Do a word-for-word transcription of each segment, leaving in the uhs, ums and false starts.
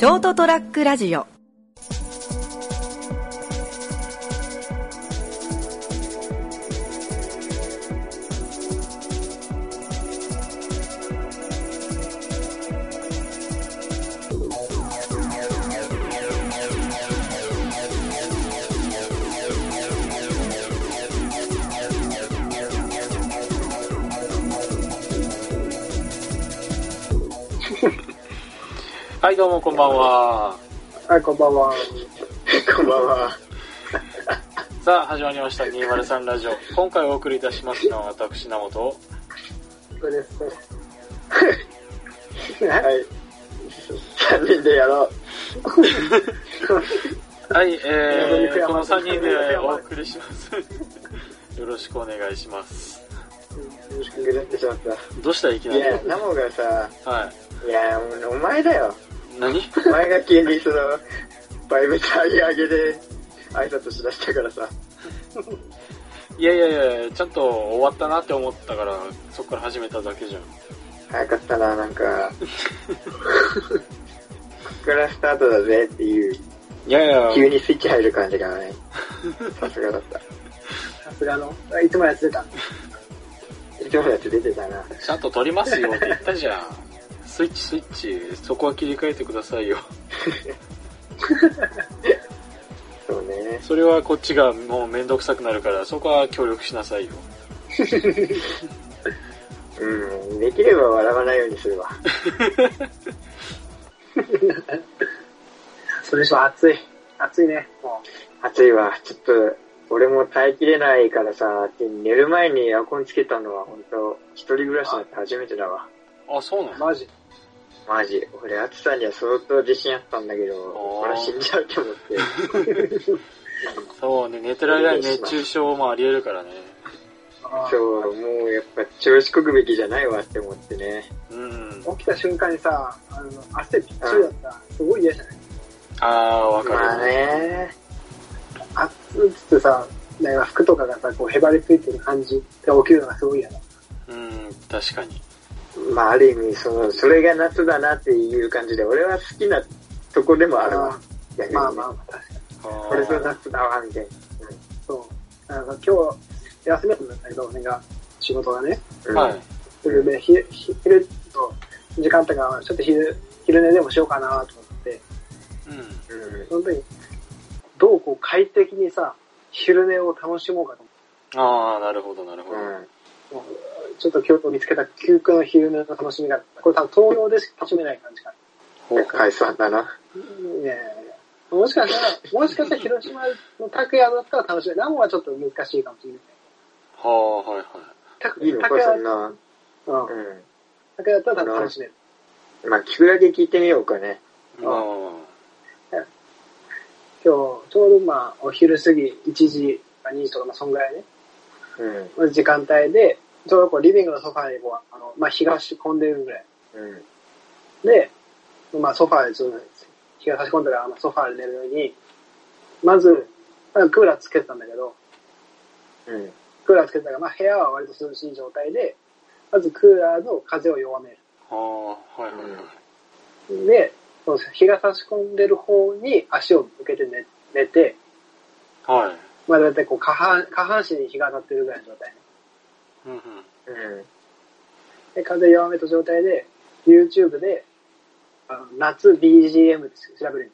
ショートトラックラジオ。 はいどうもこんばんは。 はいこんばんは。 こんばんは。 さあ始まりましたにひゃくさんラジオ。今回お送りいたしますのは私名本。 これです。 はい。さんにんでやろう。はい、えー、このさんにんでお送りします。よろしくお願いします。 よろしくぐずってしまった。 どうしたいきなり。 いやナモがさ、 はい。 いやお前だよ。 何？ お前が急にそのバイブス上げ上げで挨拶しだしたからさ。 いやいやいや、ちゃんと終わったなって思ったからそっから始めただけじゃん。 早かったな、なんかこっからスタートだぜっていう。 いやいや急にスイッチ入る感じがね、さすがだった。 さすがのいつもやつ出た。 いつもやつ出てたな。 ちゃんと撮りますよって言ったじゃん。スイッチスイッチ、そこは切り替えてくださいよ。 そうね。 それはこっちがもうめんどくさくなるからそこは協力しなさいよ。 うん、できれば笑わないようにするわ。 それでしょ、暑い暑いね。もう暑いわ。ちょっと俺も耐えきれないからさ、寝る前にエアコンつけたのは本当一人暮らしになって初めてだわ。 あ、そうなの？ マジマジ。俺暑さには相当自信あったんだけど、これ死んじゃうと思って。 そうね、寝てる間に熱中症もあり得るからね。 そう、もうやっぱ調子こくべきじゃないわって思ってね。 うん。 起きた瞬間にさ、あの汗びっちりだったらすごい嫌じゃない？ あー、わかる。 まあね。 暑っつってさ、なんか服とかがさ、こうへばりついてる感じが起きるのがすごい嫌だ。 うん、確かに。 まあある意味そのそれが夏だなっていう感じで、俺は好きなとこでもあるわ。 逆にね、まあまあまあ確かに。 これぞ夏だわみたいな。うん、 そう。なんか今日休みだったんだけど、俺が仕事がね。 はい。 それで昼昼と時間とかちょっと昼昼寝でもしようかなと思って。 うん。うん。 その時にどうこう快適にさ昼寝を楽しもうかと思って。 ああ、なるほどなるほど。うんちょっと今日見つけた休暇の昼寝の楽しみ方。これ多分東洋でしか楽しめない感じかな。 海藻だな。 ねえ。もしかしたら、もしかしたら広島の拓也だったら楽しめる。ナモはちょっと難しいかもしれない。 はあ、はいはい。 いいのか、そんな。うん。 拓也だったら楽しめる。 まあ、聞くだけ聞いてみようかね。 ああ。 今日、ちょうどまあ、お昼過ぎ、いちじかにじとか、まあ、そんぐらいね。うん、時間帯で、ちょうどこうリビングのソファーにこう、あの、まあ、日が差し込んでるぐらい。うん、で、まあ、ソファーでちょっと日が差し込んだら、あのソファーで寝るように、まず、まあ、クーラーつけてたんだけど、うん、クーラーつけてたから、まあ、部屋は割と涼しい状態で、まずクーラーの風を弱める。 ああ、はいはいはい。 で、そう日が差し込んでる方に足を向けて 寝, 寝て、 はい。 まあだいたいこう下半、下半身に日が当たってるぐらいの状態ね。 うんうん。 うん。で、風弱めた状態で、YouTube で、あの夏 ビージーエム で調べる。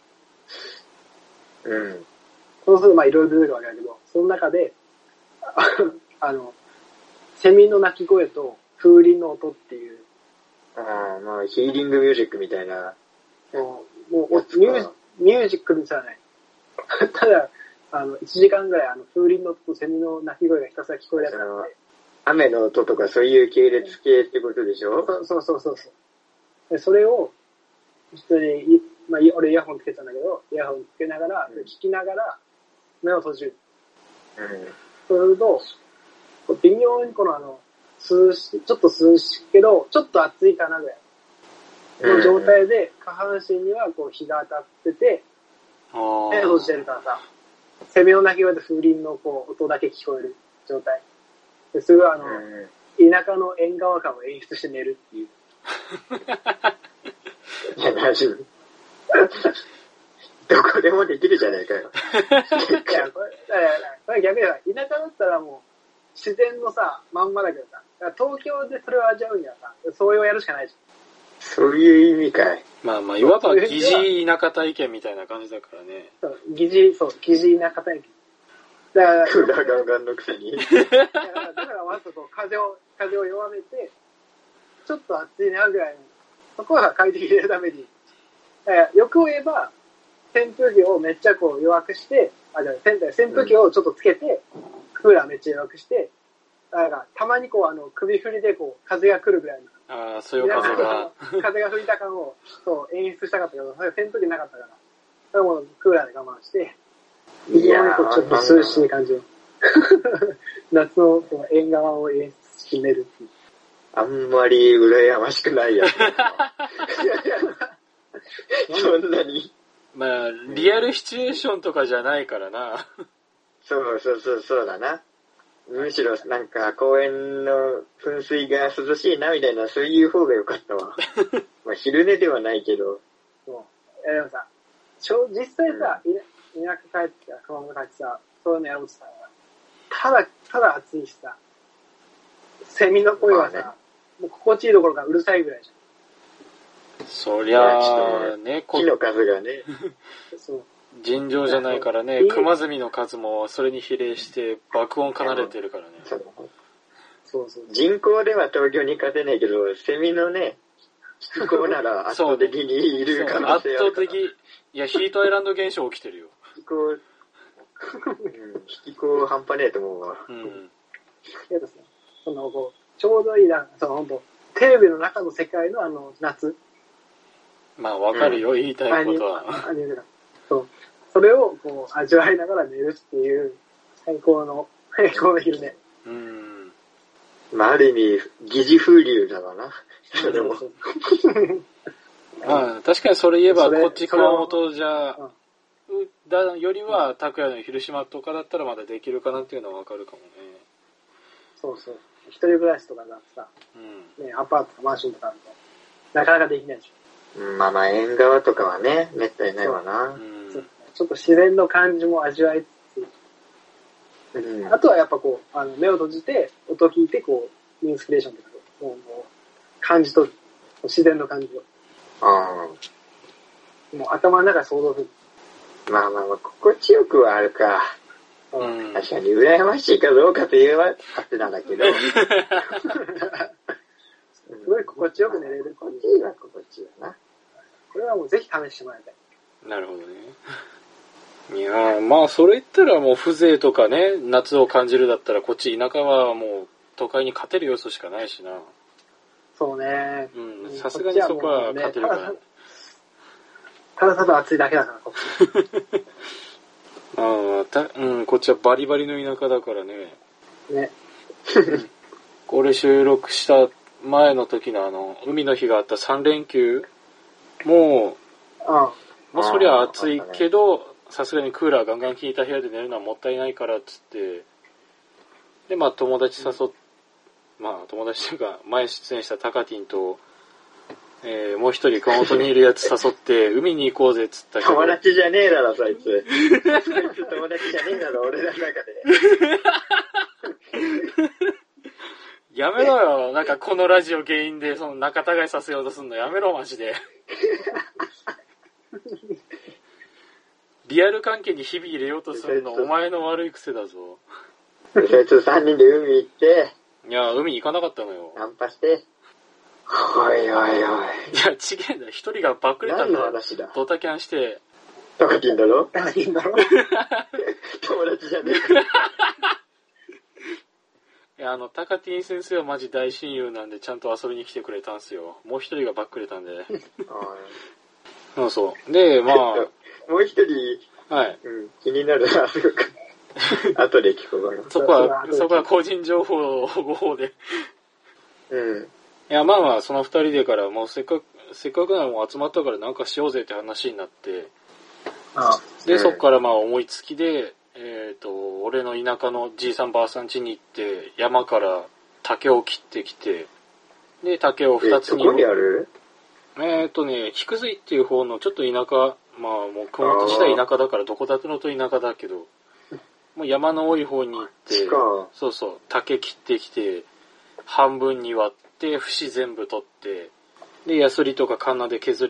うん。そうするとまあいろいろ出てくるわけだけど、その中で、あの、セミの鳴き声と風鈴の音っていう。 ああ、まあヒーリングミュージックみたいな。 もう、もうミュー、ミュージックじゃない。ただ、あの、いちじかんぐらい、あの、風鈴の音とセミの鳴き声がひたすら聞こえるやつなんで。 雨の音とかそういう系列系ってことでしょ？ そうそうそうそう。で、それを、普通に、まあ、俺イヤホンつけてたんだけど、イヤホンつけながら、うん、聞きながら、目を閉じる。うん。そうすると、微妙にこのあの、涼しい、ちょっと涼しいけど、ちょっと暑いかなぐらい。の状態で、下半身にはこう日が当たってて、目を閉じてるからさ、セミの鳴き声と風鈴のこう音だけ聞こえる状態。ですぐあの、田舎の縁側感を演出して寝るっていう。 いや、大丈夫。 どこでもできるじゃねえかよ。 いや、これ、いやこれ逆に田舎だったらもう、自然のさ、まんまだけどさ、東京でそれを味わうにはさ、それをやるしかないじゃん。 そういう意味かい。 まあまあ、いわば疑似田舎体験みたいな感じだからね。 そう、疑似、そう、疑似田舎体験。だから、 クーラーガンガンのくせに。 だからだからまずこう風を、風を弱めて、ちょっと暑いなぐらいの、そこは快適に入れるために、だからよく言えば、扇風機をめっちゃこう弱くして、あ、じゃあ扇扇風機をちょっとつけて、クーラーめっちゃ弱くして、だからたまにこうあの首振りでこう風が来るぐらいの。 ああ、そういう風が。 風が吹いた感をそう演出したかったけど、それ扇風機なかったから、それもクーラーで我慢して、 いやー、 ちょっと涼しい感じを。夏のこう縁側を演出しめるっていう。 あんまり羨ましくないやつ。そんなに。 まあ、リアルシチュエーションとかじゃないからな。 そうそうそうそうだな。むしろなんか公園の噴水が涼しいなみたいな、そういう方が良かったわ。まあ昼寝ではないけど。 そう。え、でもさ、ちょ実際さ、うん、田舎帰ってきたら熊本帰ってさ、そういうのやろうとしたら、ただ、ただ暑いしさ、セミの声はさ、ね、もう心地いいところからうるさいぐらいじゃん。 そりゃあ、ね、 木の数がね。 そう。尋常じゃないからね、クマゼミの数もそれに比例して爆音奏でてるからね。 そうそうそう。 人口では東京に勝てないけど、セミのね、気候なら圧倒的にいる可能性ある。 圧倒的、いや、ヒートアイランド現象起きてるよ。 気候、うん、気候半端ねえと思うわ。 うん。 いやですね、そのこう、ちょうどいいな、その本当テレビの中の世界のあの、夏。 まあ、わかるよ、うん、言いたいことは。 アニメだ。そう。それをこう、味わいながら寝るっていう、最高の、最高の昼寝。 うん。 まあ、ある意味、疑似風流だわな。それも。 まあ、確かにそれ言えば、こっち熊本じゃ、うん、だよりは、拓也の広島とかだったらまだできるかなっていうのはわかるかもね。 そうそう。一人暮らしとかだってさ、うん、ね、アパートとかマンションとかだと、なかなかできないでしょ。 まあまあ、縁側とかはね、めったにないわな。 うん、ちょっと自然の感じも味わいつつ、うん、あとはやっぱこう、あの目を閉じて、音を聞いて、こう、インスピレーションとかもう、もう感じ取る。自然の感じを。 ああ。もう頭の中で想像する。 まあまあまあ、心地よくはあるか。うん、確かに、羨ましいかどうかといえば、勝手なんだけど。 すごい心地よく寝れる。 心地いいは心地いいだな。 これはもうぜひ試してもらいたい。 なるほどね。いやー、まあそれ言ったらもう風情とかね、夏を感じるだったらこっち田舎はもう都会に勝てる要素しかないしな。 そうね。 うん、さすがにそこは勝てるから。 ただただ暑いだけだから、こっち。 ああ、た、うん、こっちはバリバリの田舎だからね。 ね。 これ収録した前の時のあの、海の日があったさん連休、もう、 ああもうそりゃ暑いけど、さすがにクーラーガンガン効いた部屋で寝るのはもったいないからっつって、で、まあ友達誘っ、まあ友達というか、前出演したタカティンと、えー、もう一人熊本にいるやつ誘って、海に行こうぜっつったけど。 友達じゃねえだろ、そいつ。そいつ友達じゃねえだろ、俺らの中で。 やめろよ、なんかこのラジオ原因でその仲違いさせようとすんのやめろ、マジで。リアル関係に日々入れようとするのお前の悪い癖だぞ。 そいつさんにんで海行って、 いや、海行かなかったのよ。 ナンパして、おいおいおい。いや、ちげえんだよ。一人がバックれたんだよ。 何の話だ。 ドタキャンして。 タカティンだろタカティンだろ友達じゃねえか。 いや、あの、タカティン先生はマジ大親友なんで、ちゃんと遊びに来てくれたんすよ。もう一人がバックれたんで。そうそう。で、まあ。 もう一人、 はい。 うん、気になるな、すごく。後で聞こうかな。 そこは、そこは個人情報保護法で。 うん。 いや、まあまあ、その二人でからもうせっかく、せっかくならもう集まったからなんかしようぜって話になって、 ああで、うん、そっからまあ思いつきで、えっと、俺の田舎のじいさんばあさん家に行って、山から竹を切ってきて、で、竹を二つに。 どこにある？ えっとね、菊水っていう方のちょっと田舎、まあもう熊本自体田舎だからどこだってのと田舎だけど、もう山の多い方に行って、そうそう、竹切ってきて、半分に割って、節全部取って、で、ヤスリとかカンナで削って、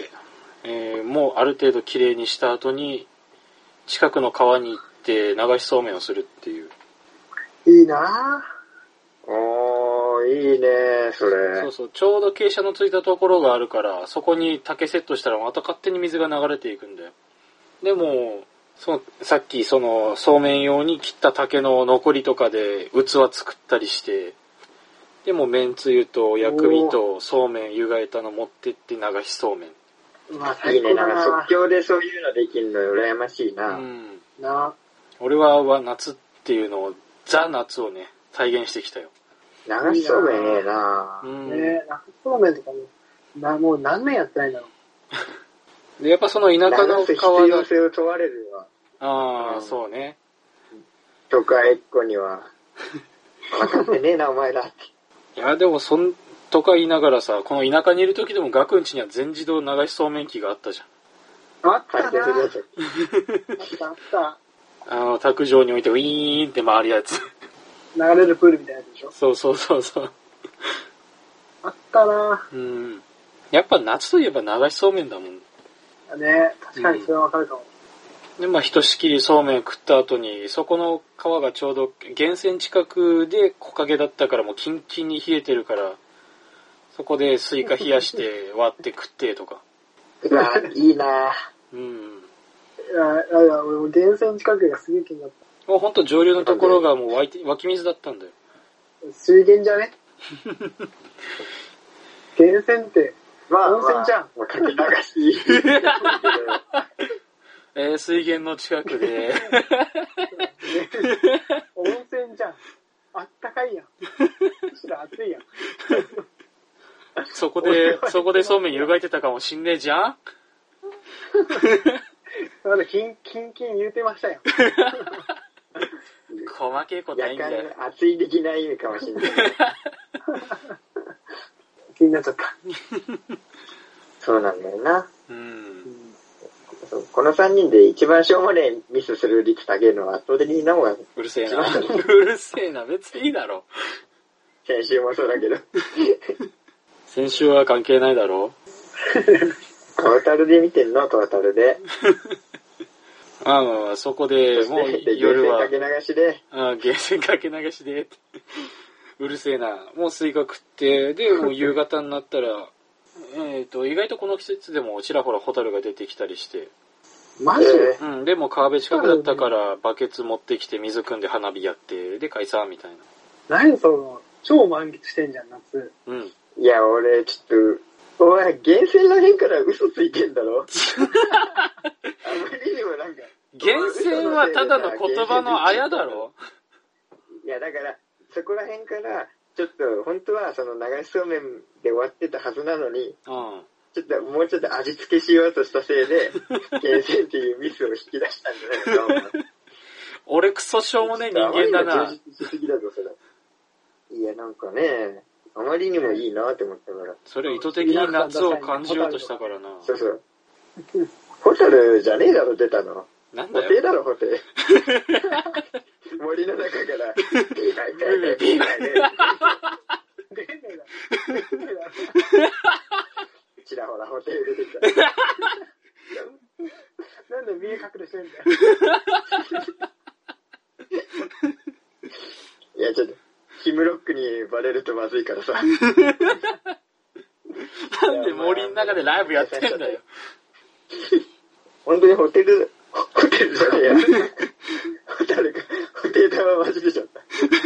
えー、もうある程度綺麗にした後に、近くの川に行って流しそうめんをするっていう。 いいなぁ。おー、いいねそれ。 そうそう、ちょうど傾斜のついたところがあるから、そこに竹セットしたらまた勝手に水が流れていくんだよ。でも、そのさっきそのそうめん用に切った竹の残りとかで器作ったりして、でもめんつゆと薬味とそうめん湯がいたの持ってって流しそうめん。 うわ、 いいね、なんか即興でそういうのできるの羨ましいな。 うん。 な俺は夏っていうのを、ザ夏をね、体現してきたよ。 流しそうめんええなぁ。うん。 ねえ、流しそうめんとかも、な、もう何年やってないんだろう。で、やっぱその田舎の川が。 必要性を問われるわ。 ああ、 うん、 そうね。 都会っ子には。分かってねえな、お前らって。 いや、でもそん、とか言いながらさ、この田舎にいる時でもガクん家には全自動流しそうめん機があったじゃん。あったなぁ。 あったあった。 あの、卓上に置いてウィーンって回るやつ。 流れるプールみたいなやつでしょ。 そうそうそうそう。 あったなぁ。うん。やっぱ夏といえば流しそうめんだもん。 ね、確かにそれはわかるかも。 うん、で、まあ、ひとしきりそうめん食った後に、そこの川がちょうど源泉近くで木陰だったからもうキンキンに冷えてるから、そこでスイカ冷やして割って食ってとか。 うわ、いいなうん。 いや、いや、俺も源泉近くがすげえ気になった。 もうほんと上流のところがもう湧いて、湧き水だったんだよ。 水源じゃね源泉って、まあ、温泉じゃん。 まあ、かけ流し。 えー、水源の近くで。 温泉じゃん。あったかいやん。むしろ暑いやん。 そこで、そこでそうめん湯がいてたかもしんねえじゃんまだキンキンキン言うてましたよ。 細けいことないんだよ。 熱い的な意味かもしれない。 気になっちゃった。 そうなんだよな。 うん。 このさんにんで一番しょうもねえミスする率下げるのは圧倒的にな方が。 うるせえな。うるせえな。別にいいだろ。 先週もそうだけど。 先週は関係ないだろ。 トータルで見てんのトータルで。 ああ、まあ、そこで、もう夜は。 源泉かけ流しで。 ああ、源泉かけ流しで。うるせえな。もうスイカ食って、で、もう夕方になったら、えっと、意外とこの季節でもちらほらホタルが出てきたりして。 マジで？ うん、でも川辺近くだったから、バケツ持ってきて水汲んで花火やって、で、解散みたいな。 何その、超満喫してんじゃん、夏。 うん。 いや、俺、ちょっと、お前、源泉らへんから嘘ついてんだろあまりにもなんか。 源泉はただの言葉のあやだろいや、だから、そこらへんから、ちょっと、本当はその流しそうめんで終わってたはずなのに、うん、ちょっと、もうちょっと味付けしようとしたせいで、源泉っていうミスを引き出したんじゃないのかな。 俺クソしょうもねえ人間だな。 充実しすぎだぞ、それ。いや、なんかね、あまりにもいいなって思ったから。 それ意図的に夏を感じようとしたからな。 そうそう。ホタルじゃねえだろ、出たの。 なんだよ。 ホテだろ、ホテ。森の中から、ピーカイカイカイピーカイカイ。出ねえだろ。ちらほらホテル出てきた。 なんで見え隠れしてんだよ。 いや、ちょっと。ヒムロックにバレるとまずいからさ。 なんで森の中でライブやってんだよ。 本当にホテル、ホテルじゃねえや。ホタルが、ホテル玉マジでしょった。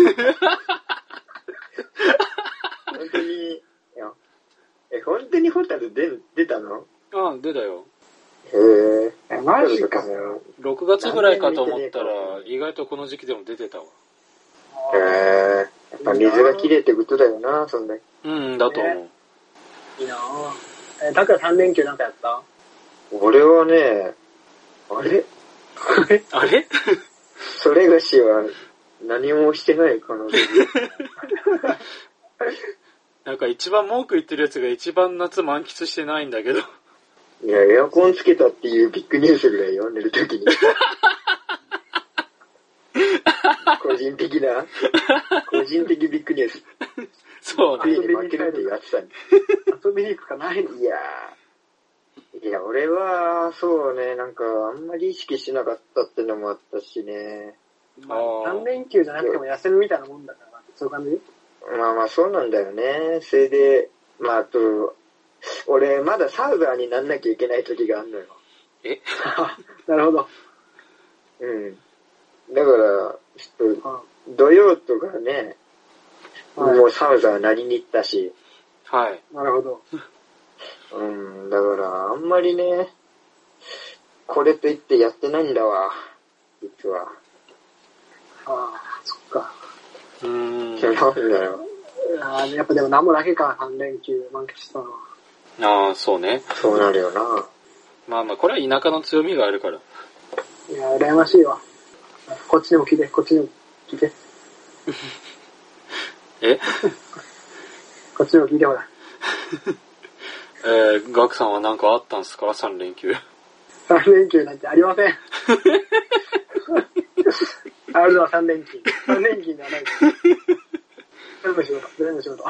本当に、いや、え、本当にホタル出、出たの？ ああ、出たよ。 へえ。マジか。 ろくがつぐらいかと思ったら、意外とこの時期でも出てたわ。 へえ。やっぱ水がきれいってことだよな、そんな。 うん、だと思う。ね、 いいなぁ。え、だからさん連休なんかやった？ 俺はね、あれあれそれがしは何もしてない可能性。 なんか一番文句言ってるやつが一番夏満喫してないんだけど。 いや、エアコンつけたっていうビッグニュースぐらいよ、寝るときに。個人的な、個人的ビッグニュース。 そうね。 ついに負けるっていう暑さに。 遊びに行くかないの？ いやー、いや、俺は、そうね、なんか、あんまり意識しなかったってのもあったしね。 まあ、さん連休じゃなくても休みみたいなもんだから、そういう感じ？ まあまあ、そうなんだよね。それで、まあ、あと、俺、まだサウザーになんなきゃいけない時があんのよ。 えなるほど。 うん。だから、ちょっと、土曜とかね、はい、もうサウザーなりに行ったし。 はい。 なるほど。 うん、だから、あんまりね、これと言ってやってないんだわ、実は。 ああ、そっか。 うーん。 なんだよ。 ああ、やっぱでも何もだけか、さん連休満喫したのは。 ああ、そうね。 そうなるよな。 まあまあ、これは田舎の強みがあるから。 いや、羨ましいわ。こっちでも聞いて、こっちでも聞いて。 えこっちでも聞いてほら。 えー、ガクさんは何かあったんすか ?さん 連休。 さん連休なんてありません。あるのはさん連休。さん連休ではない。全部仕事、全部仕事。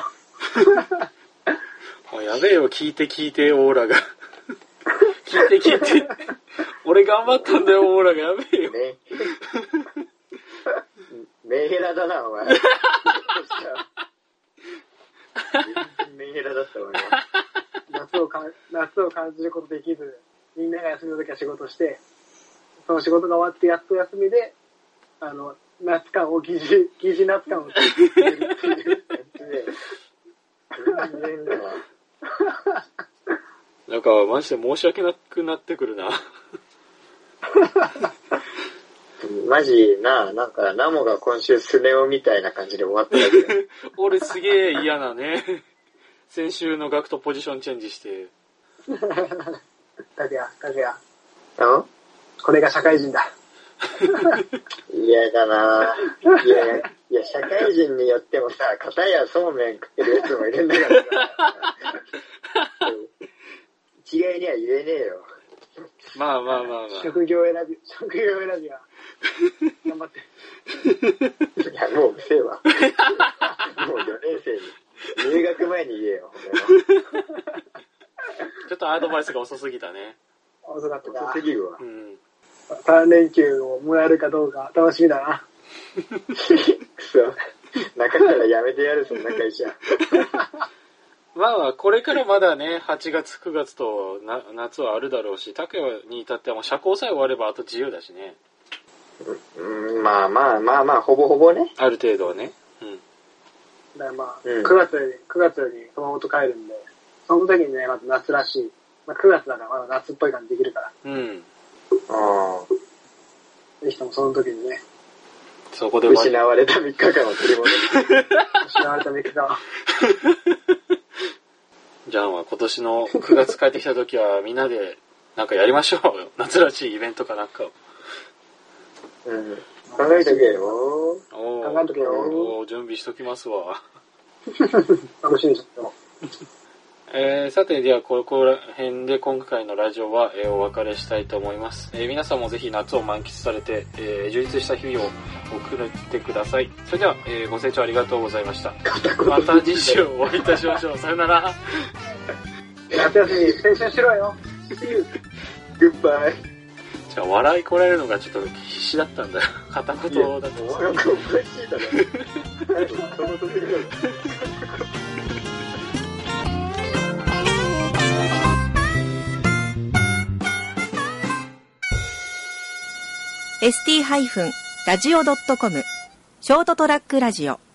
もうやべえよ、聞いて聞いて、オーラが。聞いて聞いて。俺頑張ったんだよ、オーラがやべえよ。 ね、メンヘラだな、お前。メンヘラだったわ、ね。 夏をか、夏を感じることできず、みんなが休みの時は仕事して、その仕事が終わってやっと休みで、あの、夏感を、疑似、疑似夏感を感じるっていう。 なんか、マジで申し訳なくなってくるな。 マジな、なんか、ナモが今週スネ夫みたいな感じで終わっただけ。 俺すげえ嫌なね。先週のガクとポジションチェンジして。 タクヤ、タクヤ。 あ？ これが社会人だ。 嫌だなぁ。いやいや、社会人によってもさ、片やそうめん食ってるやつもいるんだからさ。一概には言えねえよ。 まあまあまあまあ。 職業選び、職業選びは、頑張って。 いや、もううせえわ。もうよねん生に、入学前に言えよ。 ちょっとアドバイスが遅すぎたね。 遅かったか。 遅すぎるわ。 うん。 さん連休をもらえるかどうか楽しみだな。 くそ。中からやめてやる、そんな会社。 まあまあ、これからまだね、はちがつ、くがつとな夏はあるだろうし、拓也に至ってはもう社交さえ終わればあと自由だしね。 うん、まあまあまあまあ、ほぼほぼね。 ある程度はね。うん。 だからまあ、 うん、 くがつに、くがつに熊本帰るんで、その時にね、まず夏らしい。まあ、くがつだからまだ夏っぽい感じできるから。 うん。 ああ。ぜひともその時にね。 そこで失われたみっかかんを取り戻す。 失われたみっかかん。 じゃあまあ今年のくがつ帰ってきた時はみんなでなんかやりましょうよ。夏らしいイベントかなんかを。 うん。考えとけよ。 お考えとけよ。 お準備しときますわ。 楽しみにしてよ。 えー、さて、ではここら辺で今回のラジオは、えー、お別れしたいと思います。えー、皆さんもぜひ夏を満喫されて、えー、充実した日々を送ってください。それでは、えー、ご清聴ありがとうございました。また次週お会いいたしましょう。さよなら。 夏休み、青春しろよ。 グッバイ。 じゃあ、笑いこられるのがちょっと必死だったんだよ。片言だと。 お前がおかしいだろ。その時にエスティー ラジオ ドットコム ショートトラックラジオ